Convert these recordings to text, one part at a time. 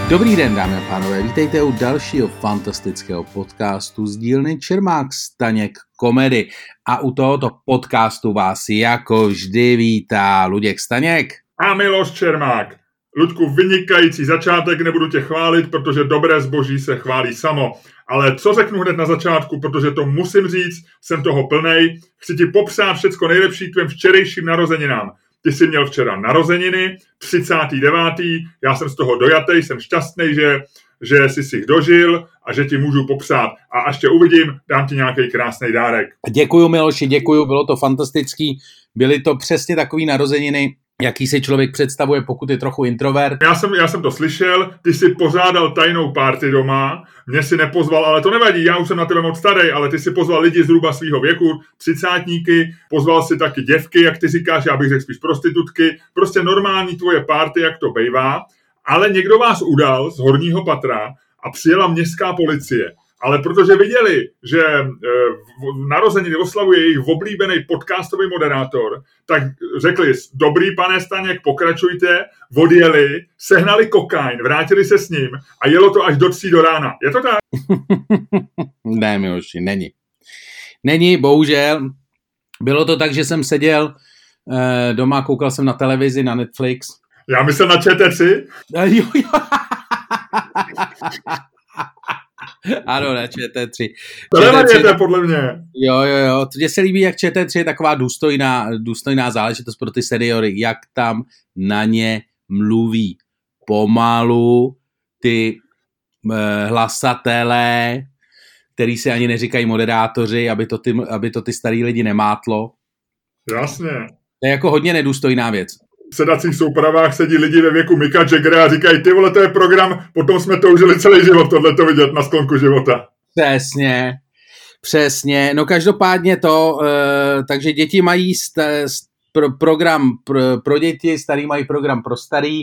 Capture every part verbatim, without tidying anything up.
Dobrý den, dámy a pánové, vítejte u dalšího fantastického podcastu z dílny Čermák Staněk Komedy. A u tohoto podcastu vás jako vždy vítá Luděk Staněk a Miloš Čermák. Luďku, vynikající začátek, nebudu tě chválit, protože dobré zboží se chválí samo. Ale co řeknu hned na začátku, protože to musím říct, jsem toho plnej. Chci ti popřát všecko nejlepší tvým včerejším narozeninám. Ty jsi měl včera narozeniny, třicátého devátého Já jsem z toho dojatej, jsem šťastný, že, že jsi si jich dožil a že ti můžu popřát. A až tě uvidím, dám ti nějaký krásný dárek. Děkuju, Miloši, děkuju, bylo to fantastický. Byly to přesně takový narozeniny, jaký si člověk představuje, pokud je trochu introvert. Já jsem, já jsem to slyšel, ty jsi pořádal tajnou party doma, mě si nepozval, ale to nevadí, já už jsem na tebe moc starý, ale ty si pozval lidi zhruba svýho věku, třicátníky, pozval si taky děvky, jak ty říkáš, já bych řekl spíš prostitutky, prostě normální tvoje party, jak to bejvá, ale někdo vás udal z horního patra a přijela městská policie. Ale protože viděli, že v narozeniny oslavuje jejich oblíbený podcastový moderátor, tak řekli, dobrý pane Staněk, pokračujte, odjeli, sehnali kokain, vrátili se s ním a jelo to až do tří do rána. Je to tak? Ne, Miloši, není. Není, bohužel. Bylo to tak, že jsem seděl eh, doma, koukal jsem na televizi, na Netflix. Já myslel na Č T tři. Jo, jo. Ano, na Č T tři. Televariete, podle mě. Jo, jo, jo. Mně se líbí, jak Č T tři je taková důstojná, důstojná záležitost pro ty seniory, jak tam na ně mluví. Pomalu ty eh, hlasatelé, který si ani neříkají moderátoři, aby to ty, aby to ty starý lidi nemátlo. Jasně. To je jako hodně nedůstojná věc. V sedacích soupravách sedí lidi ve věku Micka Jaggera a říkají, ty vole, to je program, potom jsme toužili celý život tohleto vidět na sklonku života. Přesně, přesně. No každopádně to, e, takže děti mají st- st- pro, program pro, pro děti, starý mají program pro starý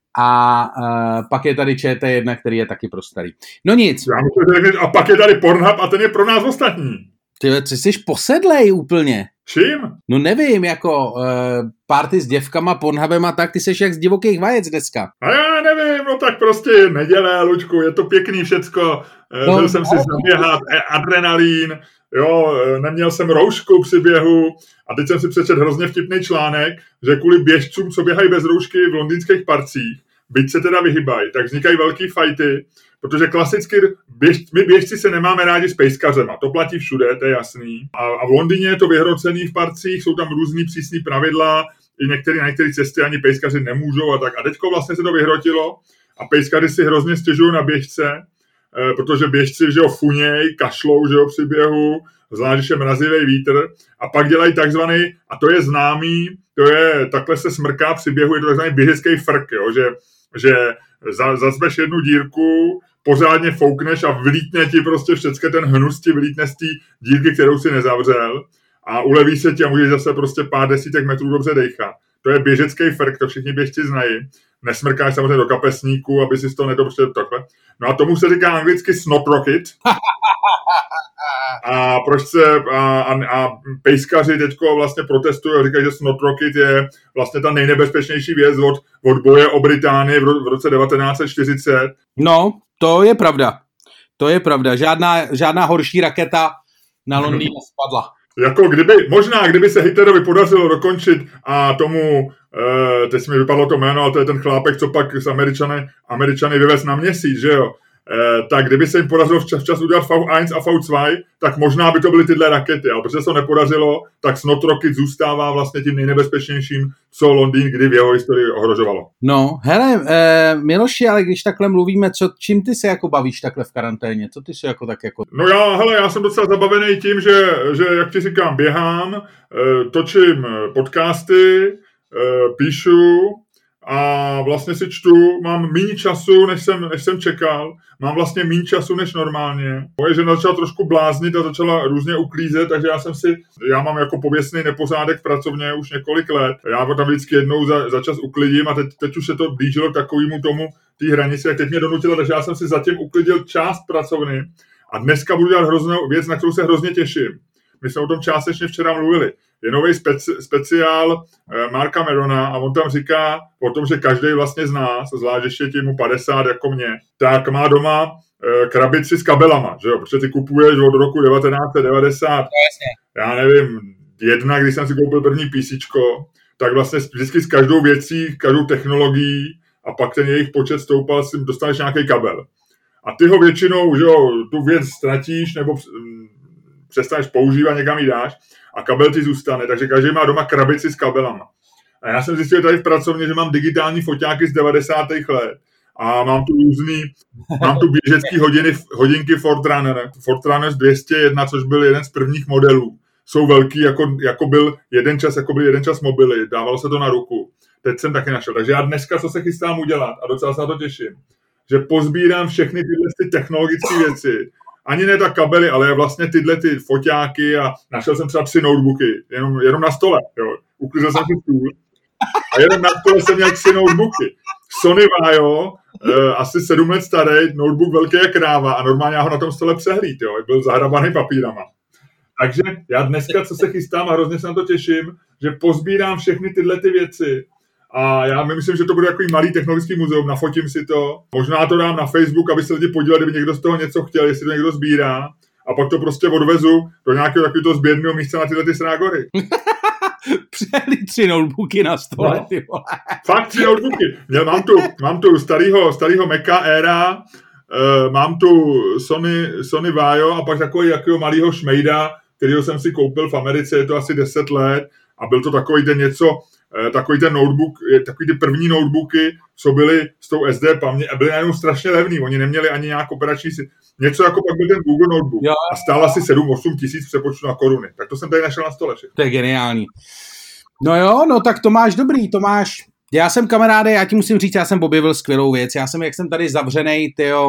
a e, pak je tady Č T jedna, který je taky pro starý. No nic. Já myslím, a pak je tady Pornhub a ten je pro nás ostatní. Ty, ty jsi posedlej úplně. Čím? No nevím, jako uh, party s děvkama, Pornhubem a tak, ty seš jak z divokých vajec dneska. A já nevím, no tak prostě neděle, Luďku, je to pěkný všecko, no, byl jsem si zaběhat, adrenalín, jo, neměl jsem roušku při běhu a teď jsem si přečetl hrozně vtipný článek, že kvůli běžcům, co běhají bez roušky v londýnských parcích, byť se teda vyhybají, tak vznikají velký fajty, protože klasicky běž, my běžci se nemáme rádi s pejskařema, to platí všude, to je jasný. A, a v Londýně je to vyhrocený v parcích, jsou tam různý přísný pravidla, i některé na některé cesty ani pejskaři nemůžou a tak. A teďko vlastně se to vyhrotilo a pejskaři si hrozně stěžují na běžce, eh, protože běžci, že jo, funěj, kašlou, že jo, při běhu, zvlášť, když je mrazivý vítr a pak dělají takzvaný, a to je známý, to je, takhle se smrká při běhu, je to takzvaný běžecký frk, jo, že, že zazveš jednu dírku, pořádně foukneš a vlítne ti prostě všecko, ten hnus ti vlítne z té dírky, kterou si nezavřel a uleví se ti a můžeš zase prostě pár desítek metrů dobře dejchat. To je běžecký frk, to všichni běžci znají. Nesmrkáš samozřejmě do kapesníku, aby si to nedopřel takhle. No a tomu se říká anglicky snot rocket. A proč se a, a, a pejskaři teďko vlastně protestují a říkají, že snot rocket je vlastně ta nejnebezpečnější věc od, od boje o Británii v, ro, v roce devatenáct set čtyřicet. No, to je pravda. To je pravda. Žádná, žádná horší raketa na Londýn nespadla. Jako kdyby, možná kdyby se Hitlerovi podařilo dokončit a tomu, e, teď mi vypadlo to jméno, ale to je ten chlápek, co pak s Američany, Američany vyvez na měsíc, že jo? E, tak kdyby se jim podařilo včas, včas udělat V jedna a V dva, tak možná by to byly tyhle rakety, ale protože se to nepodařilo, tak snot rocket zůstává vlastně tím nejnebezpečnějším, co Londýn kdy v jeho historii ohrožovalo. No, hele, e, Miloši, ale když takhle mluvíme, co, čím ty se jako bavíš takhle v karanténě? Co ty se jako tak jako... No já, hele, já jsem docela zabavený tím, že, že jak ti říkám, běhám, e, točím podcasty, e, píšu, a vlastně si čtu, mám méně času, než jsem, než jsem čekal, mám vlastně méně času než normálně. Moje žena začala trošku bláznit a začala různě uklízet, takže já jsem si, já mám jako pověstný nepořádek v pracovně už několik let. Já tam vždycky jednou za, za čas uklidím a teď, teď už se to blížilo k takovému tomu, té hranici, jak teď mě donutila, takže já jsem si zatím uklidil část pracovny a dneska budu dělat hroznou věc, na kterou se hrozně těším. my jsme o tom částečně včera mluvili. Je nový speci, speciál Marka Merona a on tam říká o tom, že každý vlastně z nás, zvlášť ještě tím mu padesát jako mě, tak má doma krabici s kabelama, že jo? Protože ty kupuješ od roku devatenáct set devadesát, já nevím, jedna, když jsem si koupil první PCčko, tak vlastně vždycky s každou věcí, každou technologií a pak ten jejich počet stoupal, si dostaneš nějaký kabel. A ty ho většinou, že jo, tu věc ztratíš nebo přestaneš používat, někam ji dáš a kabel ti zůstane, takže každý má doma krabici s kabelama. A já jsem zjistil tady v pracovně, že mám digitální foťáky z devadesátých let a mám tu různý, mám tu běžecký hodiny, hodinky Fortrunner, Fortrunner dvě stě jedna, což byl jeden z prvních modelů. Jsou velký, jako, jako byl jeden čas, jako byl jeden čas mobily, dávalo se to na ruku. Teď jsem taky našel. Takže já dneska, co se chystám udělat, a docela se na to těším, že pozbírám všechny tyhle ty technologické věci. Ani ne tak kabely, ale vlastně tyhle ty foťáky a našel jsem třeba tři notebooky, jenom, jenom na stole. Jo. Uklízel jsem si stůl a jenom na stole jsem měl tři notebooky. Sony Vaio, eh, asi sedm let starý, notebook velký jak kráva a normálně já ho na tom stole přehlíd, jo. Byl zahrabaný papírama. Takže já dneska, co se chystám a hrozně se na to těším, že pozbírám všechny tyhle ty věci a já myslím, že to bude takový malý technologický muzeum, nafotím si to, možná to dám na Facebook, aby se lidi podívali, kdyby někdo z toho něco chtěl, jestli to někdo sbírá a pak to prostě odvezu do nějakého takového sběrného místa na tyhle ty Srágory. Přehli tři notebooky na stole, no. Ty vole. Fakt tři notebooky. Měl, mám tu, mám tu starýho, starýho Maca Aira, uh, mám tu Sony, Sony Vaio a pak takový jakého malýho šmejda, kterýho jsem si koupil v Americe, je to asi deset let a byl to takový ten něco, takový ten notebook, takový ty první notebooky, co byly s tou S D paměť a byly najednou strašně levný, oni neměli ani nějak operační si... Něco jako pak byl ten Google notebook jo. A stál asi sedm osm tisíc přepočtu na koruny. Tak to jsem tady našel na stole. Všechno. To je geniální. No jo, no tak to máš dobrý, to máš... Já jsem kamaráde, já ti musím říct, já jsem objevil skvělou věc, já jsem, jak jsem tady zavřenej, tyjo,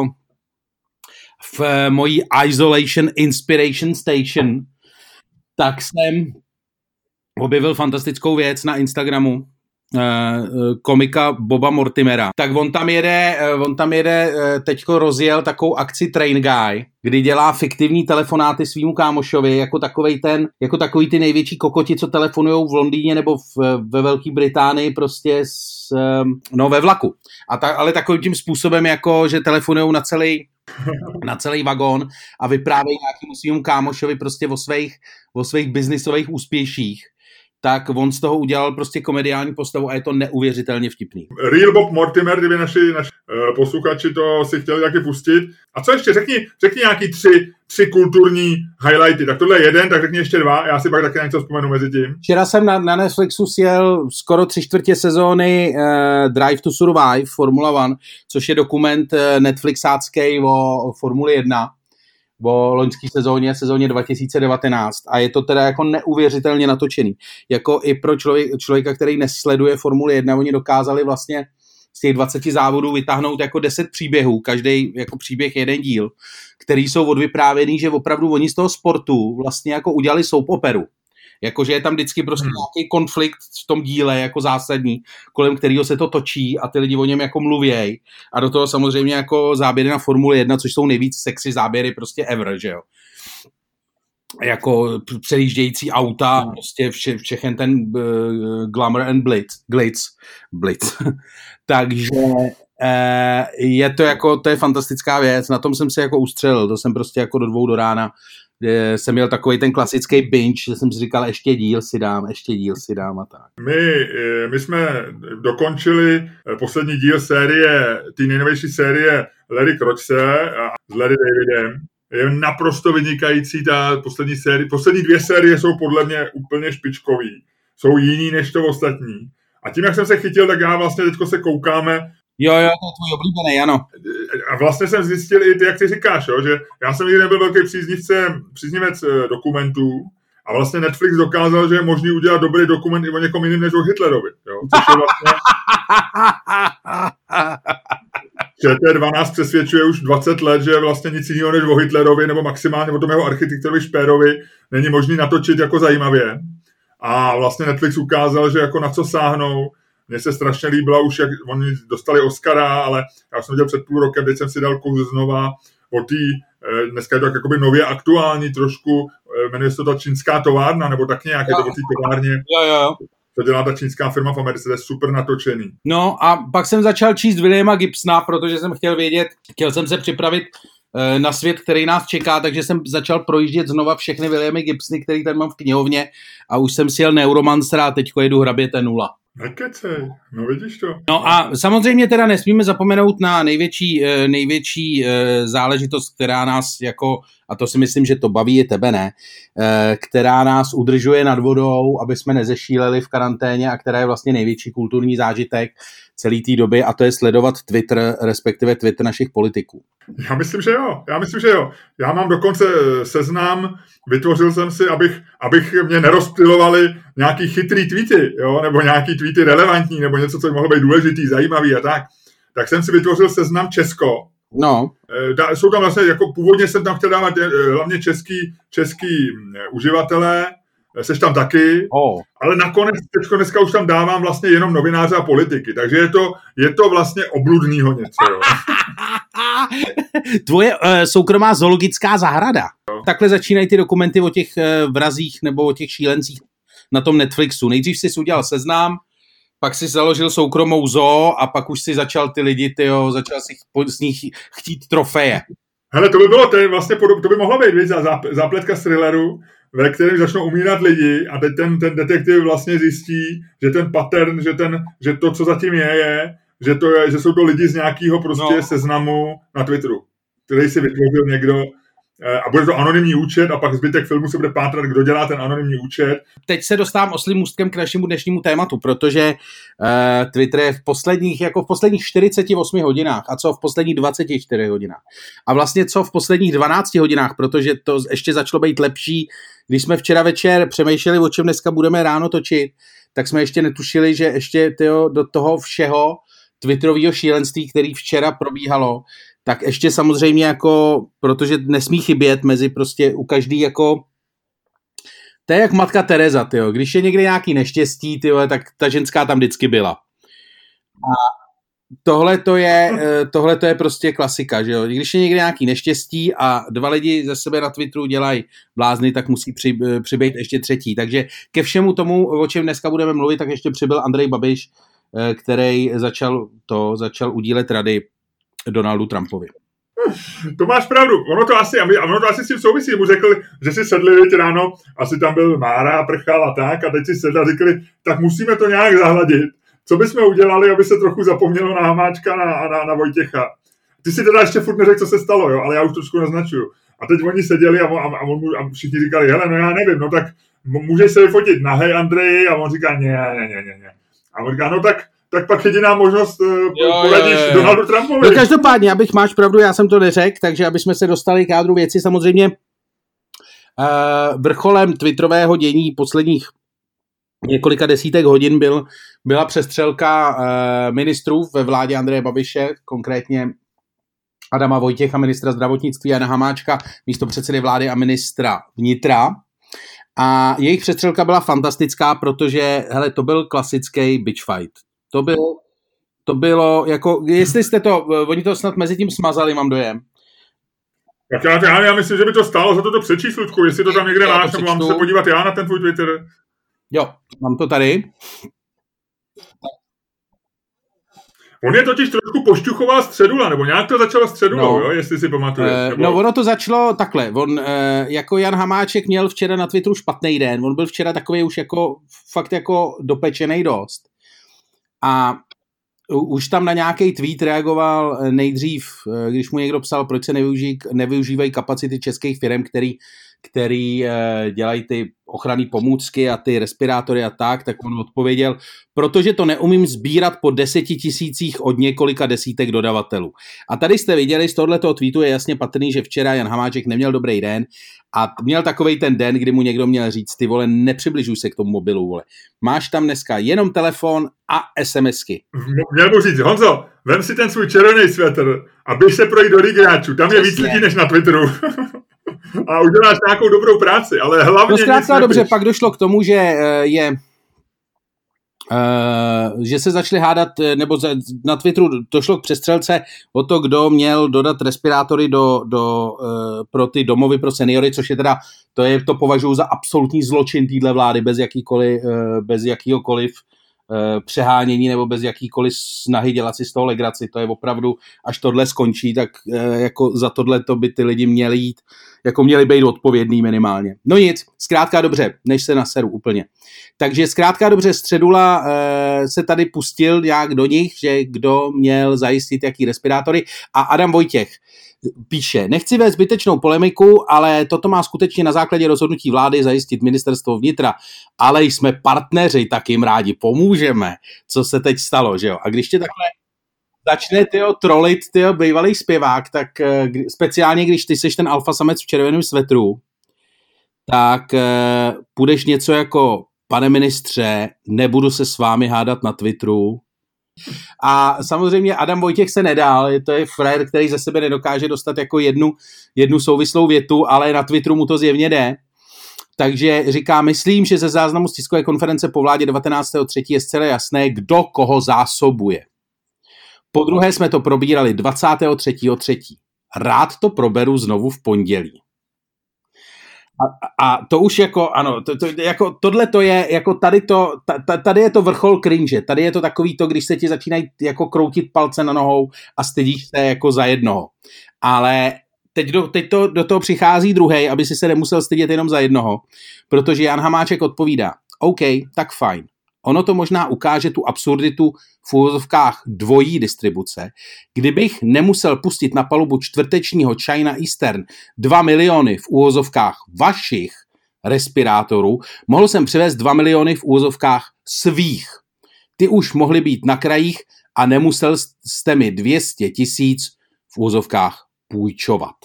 v mojí Isolation Inspiration Station, tak jsem objevil fantastickou věc na Instagramu komika Boba Mortimera. Tak on tam jede, on tam jede, teďko rozjel takovou akci Train Guy, kdy dělá fiktivní telefonáty svýmu kámošovi, jako takovej ten, jako takový ty největší kokoti, co telefonujou v Londýně nebo v, ve Velké Británii prostě s, no ve vlaku. A ta, ale takovým tím způsobem, jako že telefonujou na celý na celý vagón a vyprávějí nějakému svýmu kámošovi prostě o svých, o svých biznisových úspěších, tak on z toho udělal prostě komediální postavu a je to neuvěřitelně vtipný. Real Bob Mortimer, kdyby naši, naši uh, posluchači to si chtěli taky pustit. A co ještě? Řekni, řekni nějaký tři, tři kulturní highlighty. Tak tohle je jeden, tak řekni ještě dva. Já si pak taky něco vzpomenu mezi tím. Včera jsem na, na Netflixu sjel skoro tři čtvrtě sezóny uh, Drive to Survive, Formula jedna, což je dokument uh, Netflixácký o, o Formuli jedna. O loňské sezóně, sezóně dva tisíce devatenáct a je to teda jako neuvěřitelně natočený. Jako i pro člověk, člověka, který nesleduje Formuli jedna, oni dokázali vlastně z těch dvaceti závodů vytáhnout jako deset příběhů, každý jako příběh jeden díl, který jsou odvyprávěný, že opravdu oni z toho sportu vlastně jako udělali soap operu. Jakože je tam vždycky prostě hmm. nějaký konflikt v tom díle jako zásadní, kolem kterého se to točí a ty lidi o něm jako mluvěj. A do toho samozřejmě jako záběry na Formule jedna, což jsou nejvíc sexy záběry prostě ever, že jo. Jako přejíždějící auta, hmm. prostě vše, všechen ten uh, glamour and blitz. Glitz. Blitz. Takže uh, je to jako, to je fantastická věc, na tom jsem se jako ustřelil, to jsem prostě jako do dvou do rána jsem měl takový ten klasický binge, že jsem si říkal, ještě díl si dám, ještě díl si dám a tak. My, my jsme dokončili poslední díl série, ty nejnovější série Larry Kročse s Larry Davidem. Je naprosto vynikající ta poslední série. Poslední dvě série jsou podle mě úplně špičkový. Jsou jiný než to ostatní. A tím, jak jsem se chytil, tak já vlastně teďko se koukáme. Jo, jo, to je tvůj oblíbený, ano. A vlastně jsem zjistil i ty, jak ty říkáš, jo, že já jsem nikdy nebyl velký příznivce, příznivec dokumentů a vlastně Netflix dokázal, že je možný udělat dobrý dokument i o někom jiným než o Hitlerovi, jo, což je vlastně... Že T dvanáct přesvědčuje už dvacet let, že vlastně nic jiného než o Hitlerovi nebo maximálně o tom jeho architektorovi Špérovi není možný natočit jako zajímavě. A vlastně Netflix ukázal, že jako na co sáhnou. Mně se strašně líbila už, jak oni dostali Oscara, ale já jsem viděl před půl rokem, teď jsem si dal kus znova o tý, dneska je to tak jakoby nově aktuální trošku, jmenuje se to ta čínská továrna, nebo tak nějak, je to o té továrně. Jo, jo, jo. To dělá ta čínská firma v Americe, to je super natočený. No a pak jsem začal číst Williama Gibsona, protože jsem chtěl vědět, chtěl jsem se připravit uh, na svět, který nás čeká, takže jsem začal projíždět znova všechny Williamy Gibsony, který tady mám v knihovně a už jsem si jel Neuromancera a teďko jedu Hraběte nula. Nekecej, no vidíš to. No a samozřejmě teda nesmíme zapomenout na největší, největší záležitost, která nás jako, a to si myslím, že to baví i tebe, ne, která nás udržuje nad vodou, aby jsme nezešíleli v karanténě a která je vlastně největší kulturní zážitek celé té doby a to je sledovat Twitter, respektive Twitter našich politiků. Já myslím, že jo. Já myslím, že jo. Já mám dokonce seznam, vytvořil jsem si, abych, abych mě nerozptylovali nějaký chytrý tweety, jo, nebo nějaký tweety relevantní, nebo něco, co by mohlo být důležitý, zajímavý a tak. Tak jsem si vytvořil seznam Česko. No. Da, jsou tam vlastně, jako původně jsem tam chtěl dávat hlavně český, český uživatelé, seš tam taky, oh. ale nakonec teďko dneska už tam dávám vlastně jenom novináře a politiky, takže je to, je to vlastně obludnýho něco. Jo. Tvoje uh, soukromá zoologická zahrada. No. Takhle začínají ty dokumenty o těch uh, vrazích nebo o těch šílencích na tom Netflixu. Nejdřív jsi udělal seznam, pak si založil soukromou zoo a pak už si začal ty lidi, tyjo, začal si s nich chtít trofeje. Hele, to by bylo, to, je vlastně, to by mohlo být, víc, zápletka z thrilleru, ve kterém začnou umírat lidi a teď ten, ten detektiv vlastně zjistí, že ten pattern, že, ten, že to, co zatím je, je, že, to je, že jsou to lidi z nějakého prostě no. seznamu na Twitteru, který si vytvořil někdo a bude to anonymní účet a pak zbytek filmu se bude pátrat, kdo dělá ten anonymní účet. Teď se dostávám oslím můstkem k našemu dnešnímu tématu, protože uh, Twitter je v posledních, jako v posledních čtyřiceti osmi hodinách a co v posledních dvaceti čtyřech hodinách. A vlastně co v posledních dvanácti hodinách, protože to ještě začalo být lepší, když jsme včera večer přemýšleli, o čem dneska budeme ráno točit, tak jsme ještě netušili, že ještě tyjo, do toho všeho twitterového šílenství, který včera probíhalo, tak ještě samozřejmě jako, protože nesmí chybět mezi prostě u každý jako, to je jak matka Tereza, tyjo. Když je někde nějaký neštěstí, tyjo, tak ta ženská tam vždycky byla. A tohle to je, tohle to je prostě klasika, že jo. Když je někde nějaký neštěstí a dva lidi ze sebe na Twitteru dělají blázny, tak musí při, přibýt ještě třetí. Takže ke všemu tomu, o čem dneska budeme mluvit, tak ještě přibyl Andrej Babiš, který začal to, začal udílet rady Donaldu Trumpovi. To máš pravdu. Ono to asi, a ono to asi s tím souvisí. Mu řekli, že si sedli teď ráno, asi tam byl Mára a prchal a tak, a teď si sedli a řekli, tak musíme to nějak zahladit. Co bychom udělali, aby se trochu zapomnělo na Hamáčka a na, na, na Vojtěcha. Ty si teda ještě furt neřekl, co se stalo, jo, ale já už trošku naznačuju. A teď oni seděli a, on, a, on, a všichni říkali, hele, no já nevím, no tak můžeš se vyfotit nahej, Andreji, a on říká, ne, ne, ne, ne, ne. A on říká, no tak tak pak jediná možnost uh, poradíš jo, jo, jo. Donaldu Trumpovi. No každopádně, abych máš pravdu, já jsem to neřekl, takže aby jsme se dostali k jádru věci, samozřejmě uh, vrcholem twitterového dění posledních několika desítek hodin byl, byla přestřelka uh, ministrů ve vládě Andreje Babiše, konkrétně Adama Vojtěcha, ministra zdravotnictví, Jana Hamáčka, místopředsedy vlády a ministra vnitra. A jejich přestřelka byla fantastická, protože hele, to byl klasický bitch fight. To bylo, to bylo jako, jestli jste to, oni to snad mezi tím smazali, mám dojem. Tak já, já, já myslím, že by to stálo za toto přečíst, Ludku, jestli to tam někde máš, nebo mám se podívat já na ten tvůj Twitter. Jo, mám to tady. On je totiž trošku pošťuchoval středula, nebo nějak to začalo středulou, no, jo, jestli si pamatuješ. Nebo... No ono to začalo takhle, on jako Jan Hamáček měl včera na Twitteru špatný den, on byl včera takový už jako fakt jako dopečený dost. A už tam na nějaký tweet reagoval nejdřív, když mu někdo psal, proč se nevyužívají, nevyužívají kapacity českých firm, který, který dělají ty ochranné pomůcky a ty respirátory a tak, tak on odpověděl, protože to neumím sbírat po deseti tisících od několika desítek dodavatelů. A tady jste viděli, z tohoto tweetu je jasně patrný, že včera Jan Hamáček neměl dobrý den a měl takovej ten den, kdy mu někdo měl říct, ty vole, nepřibližuj se k tomu mobilu, vole. Máš tam dneska jenom telefon a SMSky. Měl mu říct, Honzo, vem si ten svůj červený svetr a běž se projít do Ligráčů, tam je víc lidí než na Twitteru. A uděláš nějakou dobrou práci, ale hlavně... No zkrátka dobře, pak došlo k tomu, že je Uh, že se začali hádat, nebo na Twitteru došlo k přestřelce o to, kdo měl dodat respirátory do, do, uh, pro ty domovy pro seniory, což je teda, to je, to považuji za absolutní zločin téhle vlády, bez jakýkoliv, uh, bez jakýhokoliv uh, přehánění nebo bez jakýkoliv snahy dělat si z toho legraci. To je opravdu, až tohle skončí, tak uh, jako za tohle to by ty lidi měli jít, jako měli být odpovědný minimálně. No nic, zkrátka dobře, než se naseru úplně. Takže zkrátka dobře, Středula e, se tady pustil nějak do nich, že kdo měl zajistit jaký respirátory, a Adam Vojtěch píše, nechci vést zbytečnou polemiku, ale toto má skutečně na základě rozhodnutí vlády zajistit ministerstvo vnitra, ale jsme partneři, tak jim rádi pomůžeme, co se teď stalo, že jo. A když tě takhle začne tyjo trolit tyjo bývalý zpěvák, tak e, speciálně když ty seš ten alfa samec v červeném svetru, tak e, půjdeš něco jako pane ministře, nebudu se s vámi hádat na Twitteru. A samozřejmě Adam Vojtěch se nedal, to je frér, který ze sebe nedokáže dostat jako jednu, jednu souvislou větu, ale na Twitteru mu to zjevně jde. Takže říká, myslím, že ze záznamu z tiskové konference po vládě devatenáctého třetího je zcela jasné, kdo koho zásobuje. Po druhé jsme to probírali dvacátého třetího třetího Rád to proberu znovu v pondělí. A, a to už jako, ano, to, to, jako tohle to je, jako tady to, ta, tady je to vrchol cringe, tady je to takový to, když se ti začínají jako kroutit palce na nohou a stydíš se jako za jednoho. Ale teď, do, teď to, do toho přichází druhej, aby si se nemusel stydět jenom za jednoho, protože Jan Hamáček odpovídá, OK, tak fajn. Ono to možná ukáže tu absurditu v úvozovkách dvojí distribuce. Kdybych nemusel pustit na palubu čtvrtečního China Eastern dva miliony v úvozovkách vašich respirátorů, mohl jsem přivést dva miliony v úvozovkách svých. Ty už mohly být na krajích a nemusel jste mi dvě stě tisíc v úvozovkách půjčovat.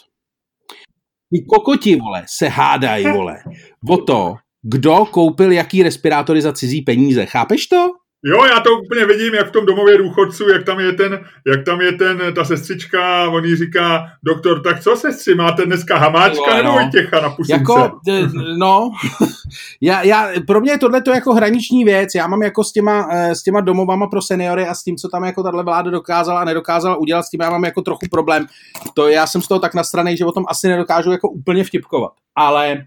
Ty kokoti, vole, se hádají, vole, o to, kdo koupil jaký respirátory za cizí peníze. Chápeš to? Jo, já to úplně vidím, jak v tom domově důchodců, jak tam je ten, jak tam je ten, ta sestřička, on jí říká, doktor, tak co sestři, máte dneska Hamáčka no, nebo Vojtěcha na pusince? Jako, no, já, já, pro mě je tohle to jako hraniční věc, já mám jako s těma, s těma domovama pro seniory a s tím, co tam jako tahle vláda dokázala a nedokázala udělat, s tím já mám jako trochu problém. To já jsem z toho tak nastranej, že o tom asi nedokážu jako úplně vtipkovat, ale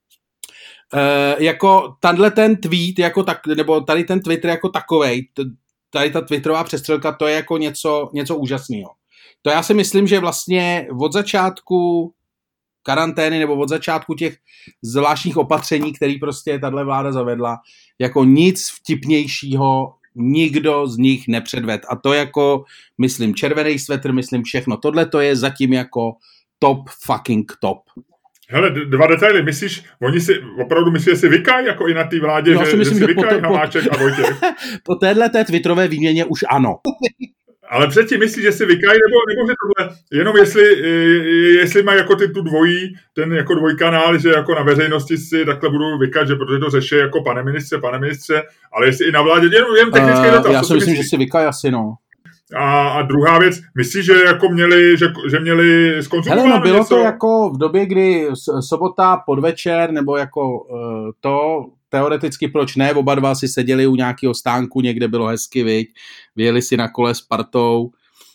Uh, jako tenhle ten tweet, jako tak, nebo tady ten Twitter jako takovej, t- tady ta twitterová přestřelka, to je jako něco, něco úžasného. To já si myslím, že vlastně od začátku karantény nebo od začátku těch zvláštních opatření, který prostě tahle vláda zavedla, jako nic vtipnějšího nikdo z nich nepředved. A to jako, myslím, červený svetr, myslím všechno. Tohle to je zatím jako top fucking top. Hele, dva detaily. Myslíš, oni si opravdu myslí, že si vykají jako i na té vládě, no, že, si myslím, že si že vykají po, Hamáček po, a Vojtěch? Po téhleté twitterové výměně už ano. Ale předtím myslíš, že si vykají, nebo, nebo že tohle, jenom jestli, jestli mají jako ty tu dvojí, ten jako dvojkanál, že jako na veřejnosti si takhle budou vykat, že protože to řeší jako pane ministře, pane ministře, ale jestli i na vládě, jenom, jenom technický dotaz. Uh, já si myslím, myslí? že si vykají asi, no. A, a druhá věc, myslíš, že jako měli, že, že měli zkonzumováno Hele, no bylo něco? to jako v době, kdy sobota podvečer, nebo jako uh, to, teoreticky proč ne, oba dva si seděli u nějakého stánku, někde bylo hezky, viď, vyjeli si na kole s partou.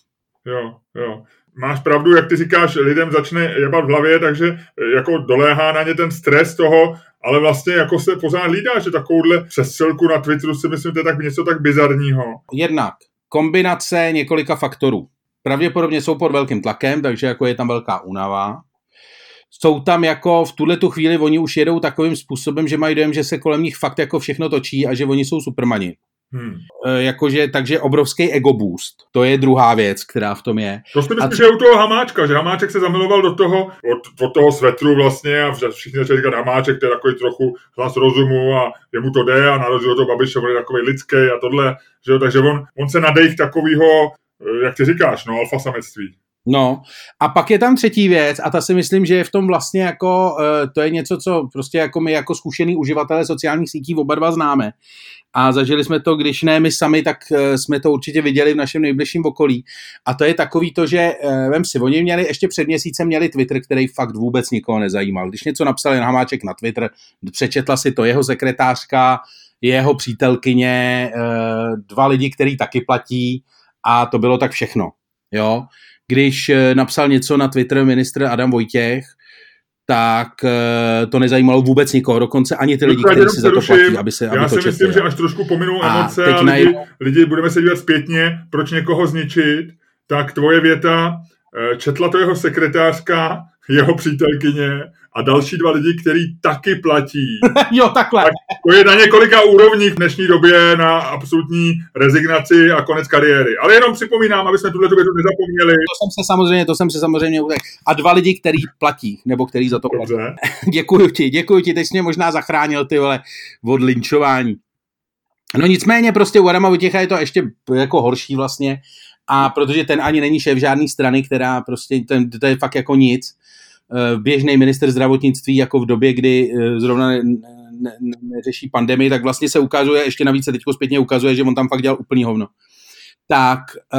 Jo, jo. Máš pravdu, jak ty říkáš, lidem začne jebat v hlavě, takže jako doléhá na ně ten stres toho, ale vlastně jako se pořád lídá, že takovouhle přestřelku na Twitteru si myslím, to je tak něco tak bizarního. Jednak kombinace několika faktorů. Pravděpodobně jsou pod velkým tlakem, takže jako je tam velká únava. Jsou tam jako v tuhletu chvíli oni už jedou takovým způsobem, že mají dojem, že se kolem nich fakt jako všechno točí a že oni jsou supermani. Hmm. E, jakože, takže obrovský ego boost. To je druhá věc, která v tom je. To si myslím, že je u toho Hamáčka, že Hamáček se zamiloval do toho, od, od toho svetru vlastně a všichni začali říkat Hamáček, to je takový trochu hlas rozumu a jemu to jde a na rozdíl od toho Babišovi je takový lidský a tohle, že jo, takže on, on se nadejch takovýho, jak ty říkáš, no, alfa samectví. No a pak je tam třetí věc a ta si myslím, že je v tom vlastně jako, to je něco, co prostě jako my jako zkušený uživatelé sociálních sítí oba dva známe. A zažili jsme to, když ne my sami, tak jsme to určitě viděli v našem nejbližším okolí. A to je takový to, že vem si, oni měli ještě před měsícem měli Twitter, který fakt vůbec nikoho nezajímal. Když něco napsal Jan Hamáček na Twitter, přečetla si to jeho sekretářka, jeho přítelkyně, dva lidi, který taky platí a to bylo tak všechno. Jo? Když napsal něco na Twitter ministr Adam Vojtěch, tak to nezajímalo vůbec nikoho, dokonce ani ty lidi, kteří si za to platí, aby se aby Já to si četli. myslím, že až trošku pominu a emoce a lidi, nej... lidi budeme se dívat zpětně, proč někoho zničit, tak tvoje věta, četla to jeho sekretářka, jeho přítelkyně a další dva lidi, který taky platí. Jo, takhle. Tak to je na několika úrovních v dnešní době na absolutní rezignaci a konec kariéry. Ale jenom připomínám, aby jsme tuhle větu nezapomněli. To jsem se samozřejmě, to jsem se samozřejmě utek. A dva lidi, který platí, nebo který za to platí. Děkuju ti, děkuju ti, teď jsi mě možná zachránil, ty vole, od linčování. No nicméně prostě u Adama Vojtěcha je to ještě jako horší vlastně, a protože ten ani není šéf žádný strany, která prostě, ten, to je fakt jako nic. Běžný minister zdravotnictví jako v době, kdy zrovna ne, ne, ne, neřeší pandemii, tak vlastně se ukazuje, ještě navíc se teďko zpětně ukazuje, že on tam fakt dělal úplný hovno. Tak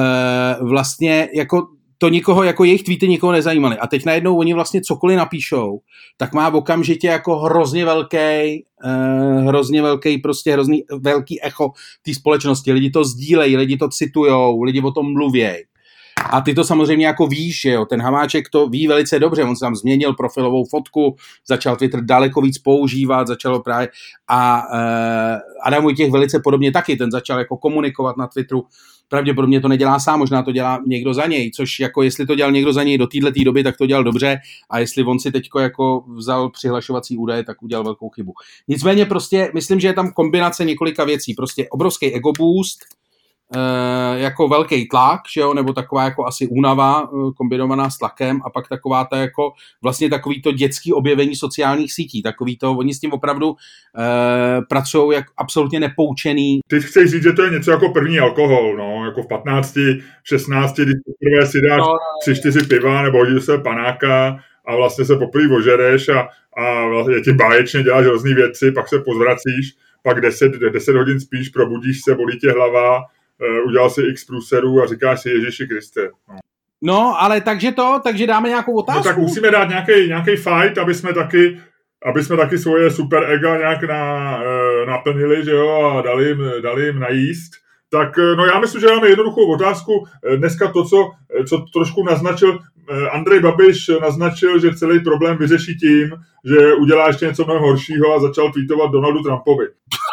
vlastně jako to nikoho, jako jejich tweety nikoho nezajímaly. A teď najednou oni vlastně cokoliv napíšou, tak má okamžitě jako hrozně velký, hrozně velký, prostě hrozný velký echo té společnosti. Lidi to sdílejí, lidi to citujou, lidi o tom mluvějí. A ty to samozřejmě jako víš, že jo, ten Hamáček to ví velice dobře, on se tam změnil profilovou fotku, začal Twitter daleko víc používat, začalo právě a uh, Adam Vojtěch velice podobně taky, ten začal jako komunikovat na Twitteru, pravděpodobně to nedělá sám, možná to dělá někdo za něj, což jako jestli to dělal někdo za něj do této doby, tak to dělal dobře a jestli on si teďko jako vzal přihlašovací údaje, tak udělal velkou chybu. Nicméně prostě myslím, že je tam kombinace několika věcí, prostě obrovský ego boost, Uh, jako velký tlak, že jo, nebo taková jako asi únava uh, kombinovaná s tlakem a pak taková ta jako vlastně takový to dětský objevení sociálních sítí, takový to, oni s tím opravdu uh, pracují jak absolutně nepoučený. Ty chceš říct, že to je něco jako první alkohol, no, jako v patnácti, šestnácti, když poprvé si dáš no, no, tři, čtyři piva nebo hodíš se panáka a vlastně se poprvé ožereš a, a vlastně ti báječně děláš různý věci, pak se pozvracíš, pak deset, deset hodin spíš, probudíš se, bolí tě hlava, udělal si x průserů a říkáš si Ježíši Kriste. No. no, ale takže to, takže dáme nějakou otázku. No tak musíme dát nějaký, nějaký fight, aby jsme taky, aby jsme taky svoje super ega nějak na, naplnili, že jo, a dali jim, dali jim najíst. Tak no já myslím, že dáme jednoduchou otázku. Dneska to, co, co trošku naznačil, Andrej Babiš naznačil, že celý problém vyřeší tím, že udělá ještě něco mnohem horšího a začal tweetovat Donaldu Trumpovi.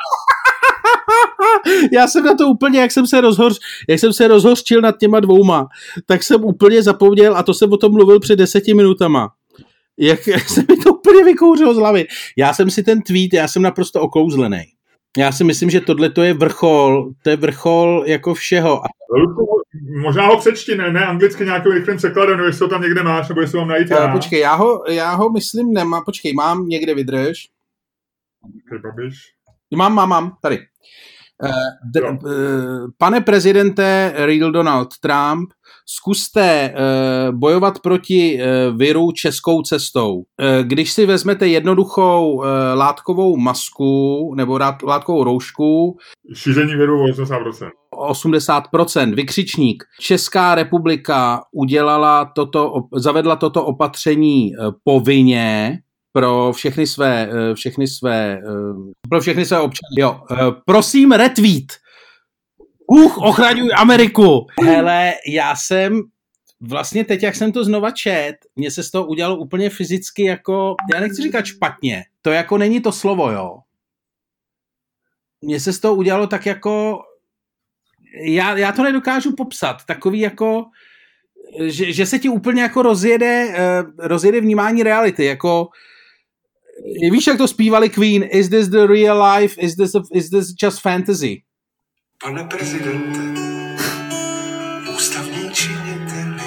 Já jsem na to úplně, jak jsem se rozhoř, jak jsem se rozhořčil nad těma dvouma, tak jsem úplně zapomněl, a to jsem o tom mluvil před deseti minutama. Jak, jak se mi to úplně vykouřilo z hlavy. Já jsem si ten tweet, já jsem naprosto oklouzlený. Já si myslím, že tohle to je vrchol, to je vrchol jako všeho. Možná ho přečti, ne, ne anglicky nějakým rychlým překladem, jestli ho tam někde máš, nebo jestli ho mám najít já. Počkej, já ho, já ho myslím nemám, počkej, mám někde, vydrž. Babiš. Mám, mám, mám, tady. D- pane prezidente Real Donald Trump, zkuste uh, bojovat proti uh, viru českou cestou. Uh, když si vezmete jednoduchou uh, látkovou masku nebo rát, látkovou roušku, šíření viru osmdesát procent. osmdesát procent, vykřičník. Česká republika udělala toto, zavedla toto opatření uh, povinně pro všechny své, všechny své, pro všechny své občany. Jo, prosím, retweet. Uch, ochraňuj Ameriku. Hele, já jsem vlastně teď, jak jsem to znova čet, mně se z toho udělalo úplně fyzicky jako, já nechci říkat špatně, to jako není to slovo, jo. Mně se z toho udělalo tak jako, já, já to nedokážu popsat, takový jako, že, že se ti úplně jako rozjede, rozjede vnímání reality, jako víš, jak to zpívali Queen? Is this the real life? Is this, a, is this just fantasy? Pane prezidente, ústavní činiteli,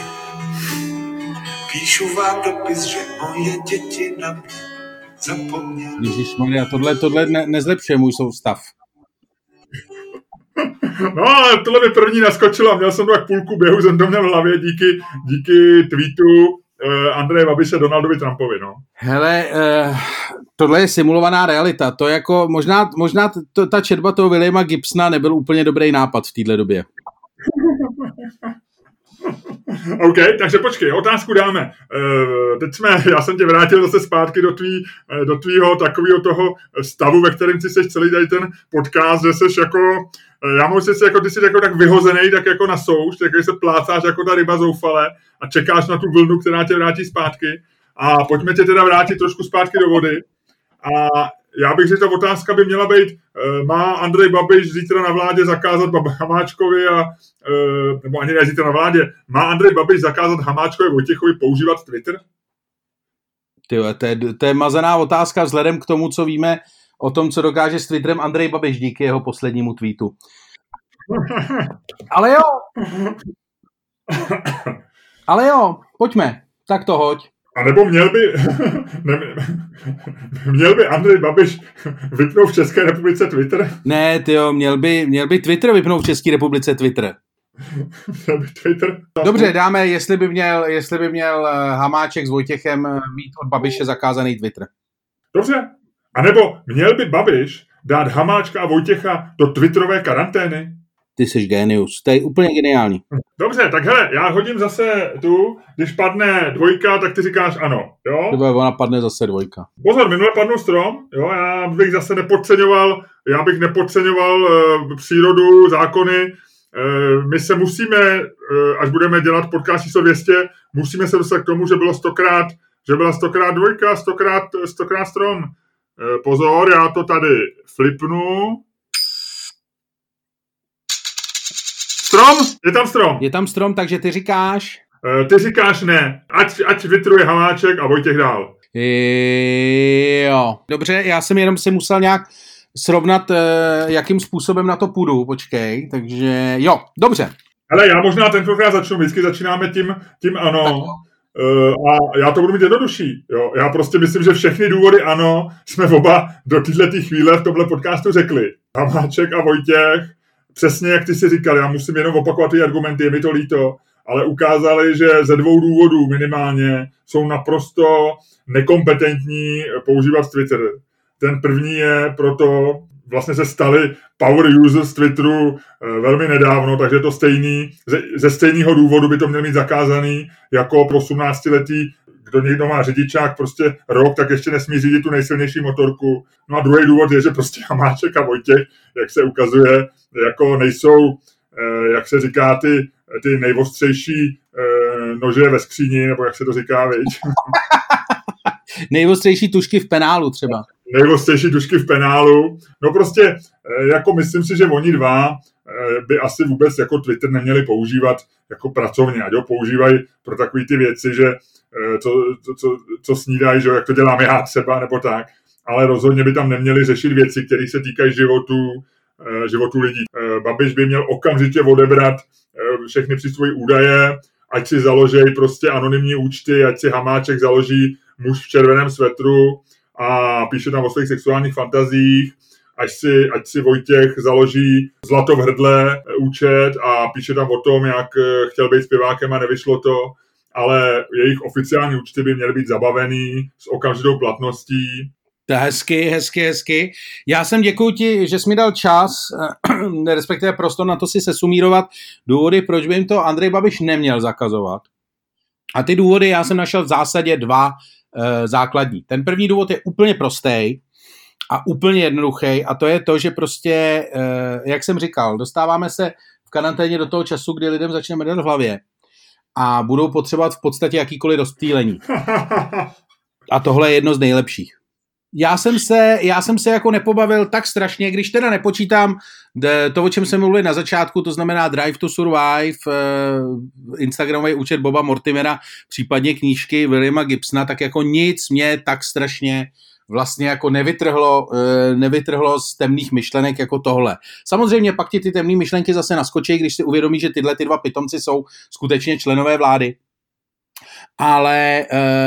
píšu vám dopis, že moje děti na mě zapomněly. Ježišmarja, tohle, tohle ne, nezlepšuje můj soustav. No, ale tohle mi první naskočilo a měl jsem to jak půlku běhu, jsem to měl v hlavě díky, díky tweetu Andreje Babiše Donaldovi Trumpovi, no. Hele, uh, tohle je simulovaná realita. To jako, možná, možná to, ta četba toho Williama Gibsona nebyl úplně dobrý nápad v téhle době. OK, takže počkej, otázku dáme. Uh, teď jsme, já jsem tě vrátil zase zpátky do, tvý, do tvýho takového toho stavu, ve kterém ty seš celý tady ten podcast, že seš jako, já můžu si jako, ty jsi jako tak vyhozený, tak jako na souš, tak se plácáš jako ta ryba zoufale a čekáš na tu vlnu, která tě vrátí zpátky. A pojďme tě teda vrátit trošku zpátky do vody. A já bych řekl, ta otázka by měla být, má Andrej Babiš zítra na vládě zakázat Hamáčkovi a, nebo ani ne zítra na vládě, má Andrej Babiš zakázat Hamáčkovi Vojtěchovi používat Twitter? Tyjo, to, je, to je mazaná otázka vzhledem k tomu, co víme o tom, co dokáže s Twitterem Andrej Babiš díky jeho poslednímu tweetu. Ale jo. Ale jo, pojďme. Tak to hoď. A nebo měl by, ne, měl by Andrej Babiš vypnout v České republice Twitter? Ne, tyjo, měl by, měl by Twitter vypnout v České republice Twitter. Měl by Twitter? Dobře, dáme, jestli by měl, jestli by měl Hamáček s Vojtěchem mít od Babiše zakázaný Twitter. Dobře. A nebo měl by Babiš dát Hamáčka a Vojtěcha do twitterové karantény? Ty jsi genius, to je úplně geniální. Dobře, tak hele, já hodím zase tu, když padne dvojka, tak ty říkáš ano, jo? Tyba, ona padne zase dvojka. Pozor, minule padnul strom, jo, já bych zase nepodceňoval, já bych nepodceňoval uh, přírodu, zákony, uh, my se musíme, uh, až budeme dělat podcast číslo dvě stě, musíme se dostat k tomu, že bylo stokrát, že byla stokrát dvojka, stokrát, stokrát strom. Uh, pozor, já to tady flipnu. Strom? Je tam strom. Je tam strom, takže ty říkáš? Uh, ty říkáš ne. Ať, ať vytruje Hamáček a Vojtěch dál. Jo. Dobře, já jsem jenom si musel nějak srovnat, uh, jakým způsobem na to půjdu. Počkej, takže jo, dobře. Hele, já možná tentokrát začnu. Vždycky začínáme tím, tím ano. Uh, a já to budu mít jednodušší. Jo. Já prostě myslím, že všechny důvody ano jsme oba do této chvíle v tomhle podcastu řekli. Hamáček a Vojtěch. Přesně jak ty si říkal, já musím jenom opakovat ty argumenty, je mi to líto, ale ukázali, že ze dvou důvodů minimálně jsou naprosto nekompetentní používat Twitter. Ten první je proto, vlastně se stali power users Twitteru velmi nedávno, takže to stejný, ze, ze stejného důvodu by to měl mít zakázaný jako pro osmnáctiletý, kdo někdo má řidičák prostě rok, tak ještě nesmí řídit tu nejsilnější motorku. No a druhý důvod je, že prostě Hamáček a Vojtěch, jak se ukazuje, jako nejsou, jak se říká, ty, ty nejostřejší nože ve skříni, nebo jak se to říká, viď? Nejostřejší tušky v penálu třeba. Nejostřejší tušky v penálu. No prostě, jako myslím si, že oni dva by asi vůbec jako Twitter neměli používat jako pracovně, ať ho používají pro takové ty věci, že co, co, co snídají, že jak to dělám já třeba, nebo tak. Ale rozhodně by tam neměli řešit věci, které se týkají životu, životu lidí. Babiš by měl okamžitě odebrat všechny přístroje údaje, ať si založí prostě anonymní účty, ať si Hamáček založí muž v červeném svetru a píše tam o svých sexuálních fantazích, ať si, ať si Vojtěch založí zlato v hrdle účet a píše tam o tom, jak chtěl být zpěvákem a nevyšlo to, ale jejich oficiální účty by měly být zabavený s okamžitou platností. To je hezky, hezky, hezky. Já jsem děkuju ti, že jsi mi dal čas, respektive prostor na to si sesumírovat důvody, proč by jim to Andrej Babiš neměl zakazovat. A ty důvody já jsem našel v zásadě dva e, základní. Ten první důvod je úplně prostý a úplně jednoduchý a to je to, že prostě, e, jak jsem říkal, dostáváme se v karanténě do toho času, kdy lidem začne mrdat v hlavě a budou potřebovat v podstatě jakýkoliv rozptýlení. A tohle je jedno z nejlepších. Já jsem se, já jsem se jako nepobavil tak strašně, když teda nepočítám to, o čem jsme mluvili na začátku, to znamená Drive to Survive, Instagramový účet Boba Mortimera, případně knížky Williama Gibsona, tak jako nic mě tak strašně vlastně jako nevytrhlo, nevytrhlo z temných myšlenek jako tohle. Samozřejmě pak ti ty temné myšlenky zase naskočí, když si uvědomí, že tyhle ty dva pitomci jsou skutečně členové vlády. Ale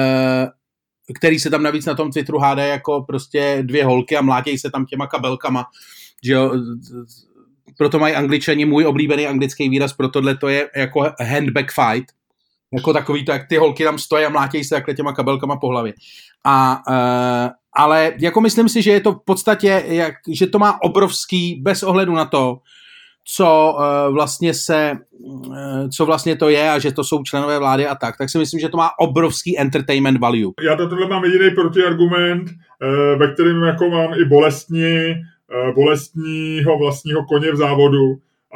který se tam navíc na tom Twitteru hádají jako prostě dvě holky a mlátějí se tam těma kabelkama, že jo, proto mají Angličani, můj oblíbený anglický výraz pro tohle to je jako handbag fight, jako takový to, jak ty holky tam stojí a mlátějí se takhle těma kabelkama po hlavě. A, uh, ale jako myslím si, že je to v podstatě, jak, že to má obrovský, bez ohledu na to, co uh, vlastně se, uh, co vlastně to je a že to jsou členové vlády a tak, tak si myslím, že to má obrovský entertainment value. Já to tohle mám jediný protiargument, uh, ve kterém jako mám i bolestní, uh, bolestního vlastního koně v závodu.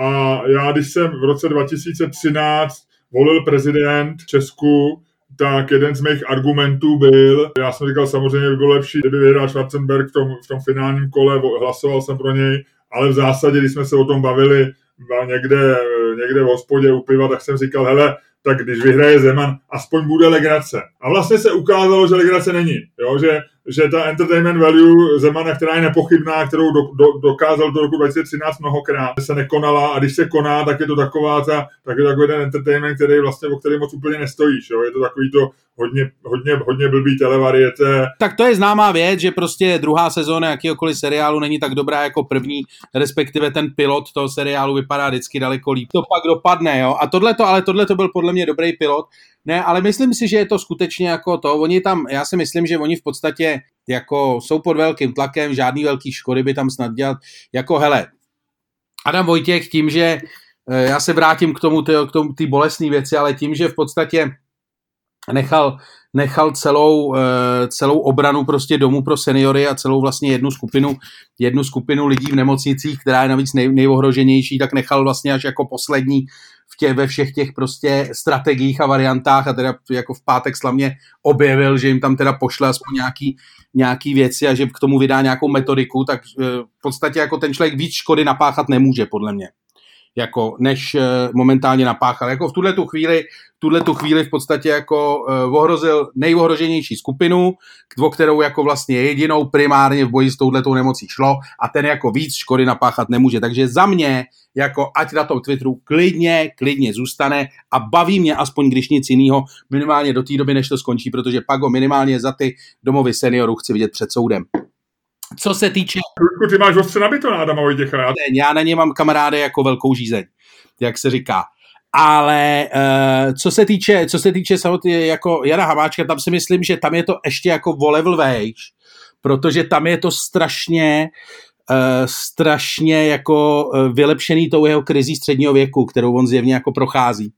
A já, když jsem v roce dva tisíce třináct volil prezident v Česku, tak jeden z mých argumentů byl, já jsem říkal, samozřejmě by bylo lepší, kdyby vyhrál Schwarzenberg v tom, v tom finálním kole, hlasoval jsem pro něj, ale v zásadě, když jsme se o tom bavili někde, někde v hospodě u piva, tak jsem říkal, hele, tak když vyhraje Zeman, aspoň bude legrace. A vlastně se ukázalo, že legrace není. Jo? Že, že ta entertainment value Zemana, která je nepochybná, kterou do, do, dokázal do roku dva tisíce třináct mnohokrát, se nekonala a když se koná, tak je to taková ta, tak je takový ten entertainment, který vlastně, o který moc úplně nestojíš. Jo? Je to takový to hodně, hodně, hodně blbý televariete. Tak to je známá věc, že prostě druhá sezóna jakýkoliv seriálu není tak dobrá jako první, respektive ten pilot toho seriálu vypadá vždycky daleko líp. To pak dopadne, jo. A tohleto, ale tohleto byl podle mě dobrý pilot. Ne, ale myslím si, že je to skutečně jako to, oni tam, já si myslím, že oni v podstatě jako jsou pod velkým tlakem, žádný velký škody by tam snad dělat, jako hele, Adam Vojtěch tím, že já se vrátím k tomu, k tomu ty bolestné věci, ale tím, že v podstatě nechal, nechal celou, celou obranu prostě domů pro seniory a celou vlastně jednu skupinu, jednu skupinu lidí v nemocnicích, která je navíc nej, nejohroženější, tak nechal vlastně až jako poslední v tě, ve všech těch prostě strategiích a variantách a teda jako v pátek slavně objevil, že jim tam teda pošle aspoň nějaký, nějaký věci a že k tomu vydá nějakou metodiku, tak v podstatě jako ten člověk víc škody napáchat nemůže, podle mě. Jako než uh, momentálně napáchal. Jako v tuhletu chvíli, v tuhletu chvíli v podstatě jako uh, ohrozil nejohroženější skupinu, o kterou jako vlastně jedinou primárně v boji s touhletou nemocí šlo a ten jako víc škody napáchat nemůže. Takže za mě, jako ať na tom Twitteru klidně, klidně zůstane a baví mě aspoň, když nic jinýho, minimálně do té doby, než to skončí, protože pak ho minimálně za ty domovy seniorů chci vidět před soudem. Co se týče... Luďku, ty máš ostře nabito na Adama Vojtěcha. Já... já na ně mám kamarády jako velkou žízeň, jak se říká. Ale uh, co se týče, co se týče samotně jako Jana Hamáčka, tam si myslím, že tam je to ještě jako o level vejš, protože tam je to strašně uh, strašně jako uh, vylepšený tou jeho krizí středního věku, kterou on zjevně jako prochází.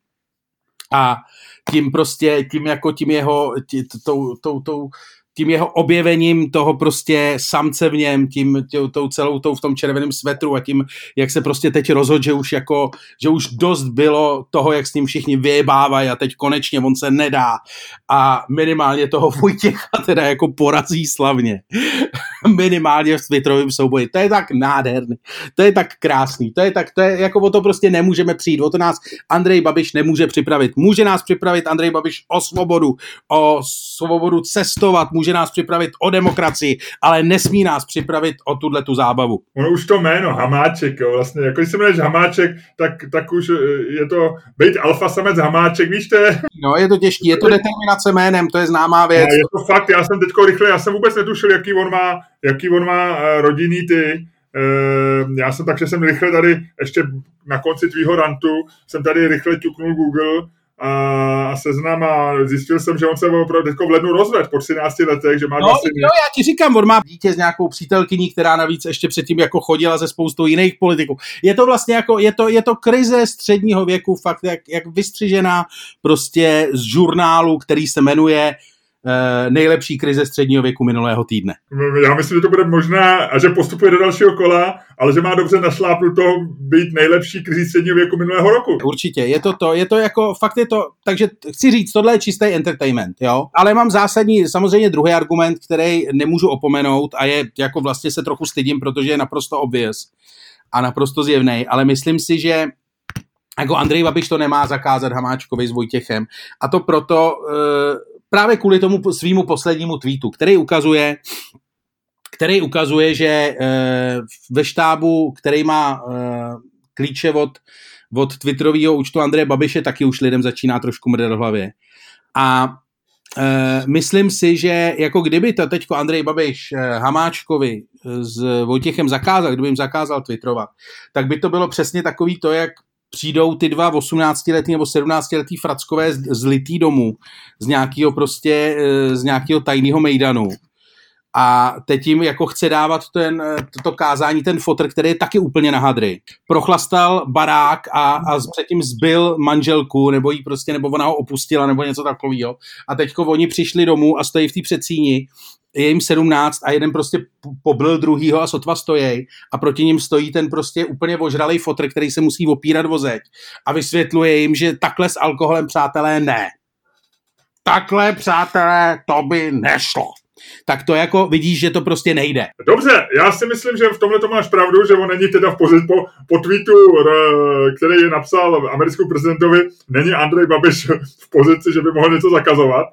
A tím prostě, tím jako tím jeho, tí, tou, tou, tou, tím jeho objevením toho prostě samce v něm, tím tě, tou celou tou v tom červeném svetru a tím, jak se prostě teď rozhodl, že už jako, že už dost bylo toho, jak s ním všichni vyjebávají a teď konečně on se nedá a minimálně toho Vojtěcha teda jako porazí slavně. Minimálně v twitterovém souboji. To je tak nádherný, to je tak krásný, to je tak, to je jako o to prostě nemůžeme přijít, o to nás Andrej Babiš nemůže připravit. Může nás připravit Andrej Babiš o svobodu, o svobodu cestovat, může nás připravit o demokracii, ale nesmí nás připravit o tuhletu zábavu. Ono už to jméno Hamáček, jo, vlastně, jako když se jmenuješ Hamáček, tak, tak už je to být alfa samec Hamáček, víš, to je... No, je to těžký, je to determinace jménem, to je známá věc. No, je to fakt, já jsem teďko rychle, já jsem vůbec netušil, jaký on má, jaký on má rodinný ty, já jsem takže jsem rychle tady, ještě na konci tvýho rantu, jsem tady rychle ťuknul Google a seznam a zjistil jsem, že on se opravdu teďko v lednu rozvedl po třinácti letech, že má no, dva syny. No, já ti říkám, on má dítě s nějakou přítelkyní, která navíc ještě předtím jako chodila ze spoustou jiných politiků. Je to vlastně jako, je to, je to krize středního věku, fakt jak, jak vystřižená prostě z žurnálu, který se jmenuje Uh, nejlepší krize středního věku minulého týdne. Já myslím, že to bude možná a že postupuje do dalšího kola, ale že má dobře našlápnuto být nejlepší krizi středního věku minulého roku. Určitě, je to to, je to jako, fakt je to, takže chci říct, tohle je čistý entertainment, jo, ale mám zásadní, samozřejmě druhý argument, který nemůžu opomenout a je, jako vlastně se trochu stydím, protože je naprosto obvious a naprosto zjevnej, ale myslím si, že jako Andrej Babiš to nemá zakázat Hamáčkovi s Vojtěchem a to proto, uh, právě kvůli tomu svýmu poslednímu tweetu, který ukazuje, který ukazuje, že e, ve štábu, který má e, klíče od, od twitterového účtu Andreje Babiše, taky už lidem začíná trošku mrdat v hlavě. A e, myslím si, že jako kdyby to teďko Andrej Babiš e, Hamáčkovi s Vojtěchem zakázal, kdyby jim zakázal twitterovat, tak by to bylo přesně takový to, jak přijdou ty dva osmnáctiletý nebo sedmnáctiletý frackové z, z litý domů, z nějakého prostě, z nějakého tajného mejdanu a teď jim jako chce dávat ten, to kázání, ten fotr, který je taky úplně na hadry. Prochlastal barák a, a předtím zbil manželku, nebo jí prostě, nebo ona ho opustila, nebo něco takového. A teďko oni přišli domů a stojí v té předsíni, je jim sedmnáct a jeden prostě poblil druhýho a sotva stojí a proti ním stojí ten prostě úplně ožralej fotr, který se musí opírat o zeď a vysvětluje jim, že takhle s alkoholem, přátelé, ne. Takhle, přátelé, to by nešlo. Tak to jako vidíš, že to prostě nejde. Dobře, já si myslím, že v tomhle to máš pravdu, že on není teda v pozici po, po tweetu, který je napsal americkému prezidentovi, není Andrej Babiš v pozici, že by mohl něco zakazovat.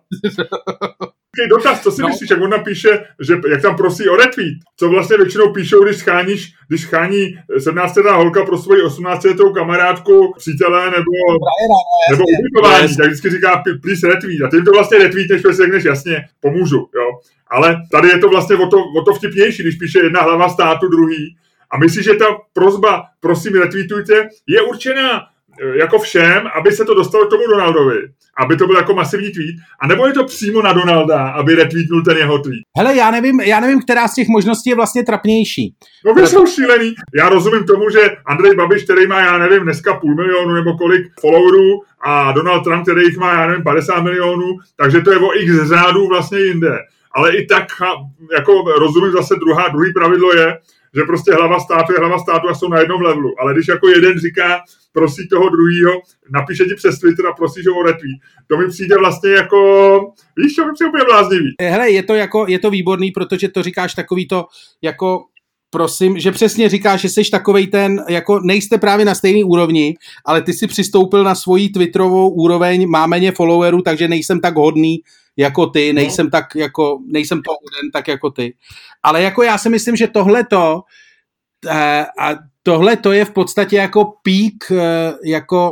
Dotaz, co si no. myslíš, jak on napíše, že jak tam prosí o retweet, co vlastně většinou píšou, když scháníš, když schání sedmnáctiletá holka pro svoji osmnáctiletou kamarádku, přítele nebo, nebo ubytování, tak vždycky říká please retweet a ty jim to vlastně retweetneš, protože si řekneš jasně, pomůžu, jo. Ale tady je to vlastně o to, o to vtipnější, když píše jedna hlava státu druhý a myslíš, že ta prosba prosím retweetujte je určená jako všem, aby se to dostalo k tomu Donaldovi, aby to byl jako masivní tweet, a nebo je to přímo na Donalda, aby retweetnul ten jeho tweet? Hele, já nevím, já nevím, která z těch možností je vlastně trapnější. No vy jsou šílený. Já rozumím tomu, že Andrej Babiš, který má, já nevím, dneska půl milionu nebo kolik followerů a Donald Trump, který jich má, já nevím, padesát milionů, takže to je o x řádů vlastně jinde. Ale i tak, jako rozumím zase druhá, druhý pravidlo je, že prostě hlava státu je hlava státu a jsou na jednom levelu. Ale když jako jeden říká, prosí toho druhýho, napíše ti přes Twitter a prosí, že o retweet. To mi přijde vlastně jako, víš, to mi přijde úplně bláznivý. Hele, je to jako, je to výborný, protože to říkáš takový to, jako, prosím, že přesně říkáš, že jsi takovej ten, jako nejste právě na stejný úrovni, ale ty si přistoupil na svoji Twitterovou úroveň, má méně followerů, takže nejsem tak hodný jako ty, nejsem no. tak jako, nejsem to jeden tak jako ty. Ale jako já si myslím, že tohleto a tohleto je v podstatě jako peak, jako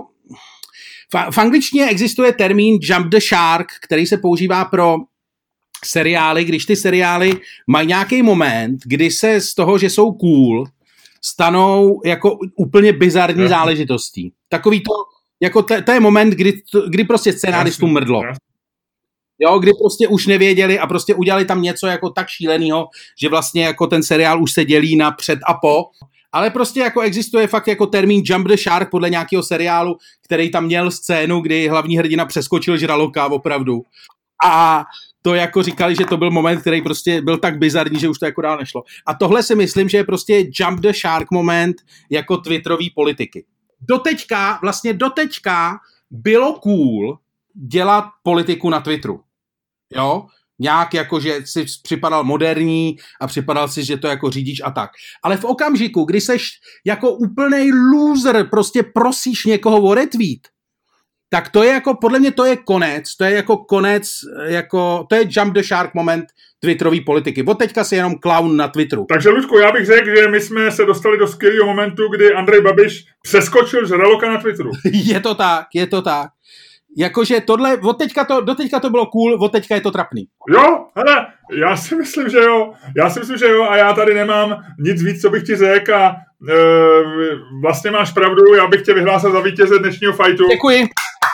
v angličtině existuje termín jump the shark, který se používá pro seriály, když ty seriály mají nějaký moment, kdy se z toho, že jsou cool, stanou jako úplně bizarní yeah. záležitostí. Takový to, jako to, to je moment, kdy, kdy prostě scénáristům mrdlo. Yeah. Jo, kdy prostě už nevěděli a prostě udělali tam něco jako tak šílenýho, že vlastně jako ten seriál už se dělí na před a po. Ale prostě jako existuje fakt jako termín Jump the Shark podle nějakého seriálu, který tam měl scénu, kdy hlavní hrdina přeskočil žraloka opravdu. A to jako říkali, že to byl moment, který prostě byl tak bizarní, že už to jako dál nešlo. A tohle si myslím, že je prostě Jump the Shark moment jako twitterový politiky. Doteďka, vlastně doteďka bylo cool dělat politiku na Twitteru. Jo? Nějak jako, že si připadal moderní a připadal si, že to jako řídíš a tak. Ale v okamžiku, kdy seš jako úplnej loser, prostě prosíš někoho o retweet, tak to je jako, podle mě to je konec, to je jako konec, jako, to je jump the shark moment twitterový politiky. Od teďka si jenom clown na Twitteru. Takže, Luďku, já bych řekl, že my jsme se dostali do skvělého momentu, kdy Andrej Babiš přeskočil žraloka na Twitteru. Je to tak, je to tak. Jakože tohle, od teďka to, do teďka to bylo cool, od teďka je to trapný. Jo, hele, já si myslím, že jo, já si myslím, že jo a já tady nemám nic víc, co bych ti řekl a e, vlastně máš pravdu, já bych tě vyhlásil za vítěze dnešního fajtu. Děkuji.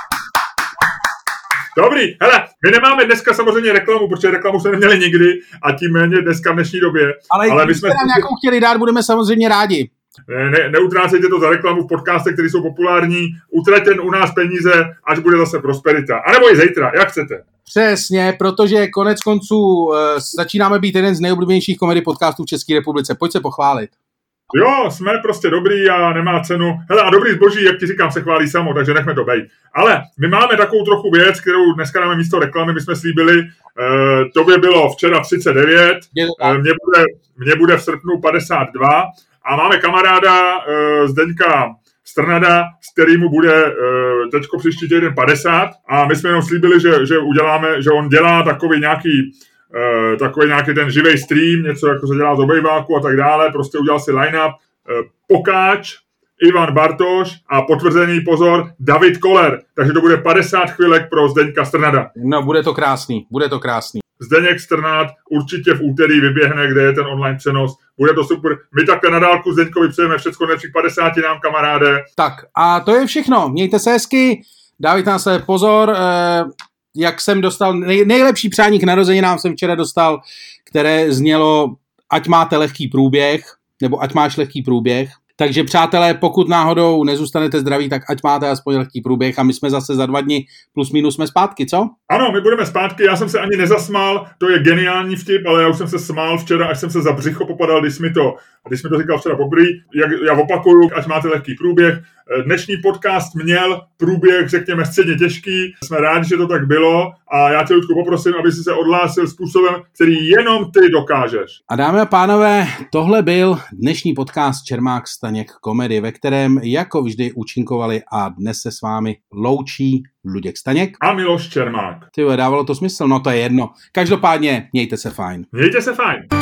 Dobrý, hele, my nemáme dneska samozřejmě reklamu, protože reklamu jsme neměli nikdy a tím méně dneska v dnešní době. Ale, ale když jsme nám nějakou chtěli dát, budeme samozřejmě rádi. Ne, ne, neutrácejte to za reklamu v podcastech, které jsou populární, utraťte u nás peníze, až bude zase prosperita. A nebo i zítra, jak chcete. Přesně, protože konec konců uh, začínáme být jeden z nejoblíbenějších komedy podcastů v České republice. Pojď se pochválit. Jo, jsme prostě dobrý a nemá cenu. Hele, a dobrý zboží, jak ti říkám, se chválí samo, takže nechme to bejt. Ale my máme takovou trochu věc, kterou dneska dáme místo reklamy, my jsme slíbili, uh, tobě bylo včera třicet devět, uh, mě, bude, mě bude v srpnu padesát dva, a máme kamaráda uh, Zdeňka Strnada, s kterýmu bude uh, teďko příští týden padesát a my jsme jenom slíbili, že, že uděláme, že on dělá takový nějaký uh, takový nějaký ten živej stream, něco jako se dělá z obejváku a tak dále, prostě udělal si line-up, uh, Pokáč, Ivan Bartoš a potvrzený pozor David Koller, takže to bude padesát chvilek pro Zdeňka Strnada. No, bude to krásný, bude to krásný. Zdeněk Strnad určitě v úterý vyběhne, kde je ten online přenos. Bude to super. My takhle na dálku Zdeňkovi přejeme všecko nejlepších padesáti nám, kamaráde. Tak a to je všechno. Mějte se hezky, dávajte na sebe pozor. jak jsem dostal, nej, nejlepší přání k narozeninám jsem včera dostal, které znělo, ať máte lehký průběh, nebo ať máš lehký průběh. Takže přátelé, pokud náhodou nezůstanete zdraví, tak ať máte aspoň lehký průběh a my jsme zase za dva dny plus minus jsme zpátky, co? Ano, my budeme zpátky, já jsem se ani nezasmál, to je geniální vtip, ale já už jsem se smál včera, až jsem se za břicho popadal, když mi to, když mi to říkal včera poprvé, jak já opakuju, ať máte lehký průběh. Dnešní podcast měl průběh, řekněme, středně těžký, jsme rádi, že to tak bylo a já tě, Ludku, poprosím, aby si se odhlásil způsobem, který jenom ty dokážeš. A dámy a pánové, tohle byl dnešní podcast Čermák Staněk komedy, ve kterém jako vždy účinkovali a dnes se s vámi loučí Luděk Staněk a Miloš Čermák. Ty dávalo to smysl, no to je jedno. Každopádně mějte se fajn. Mějte se fajn.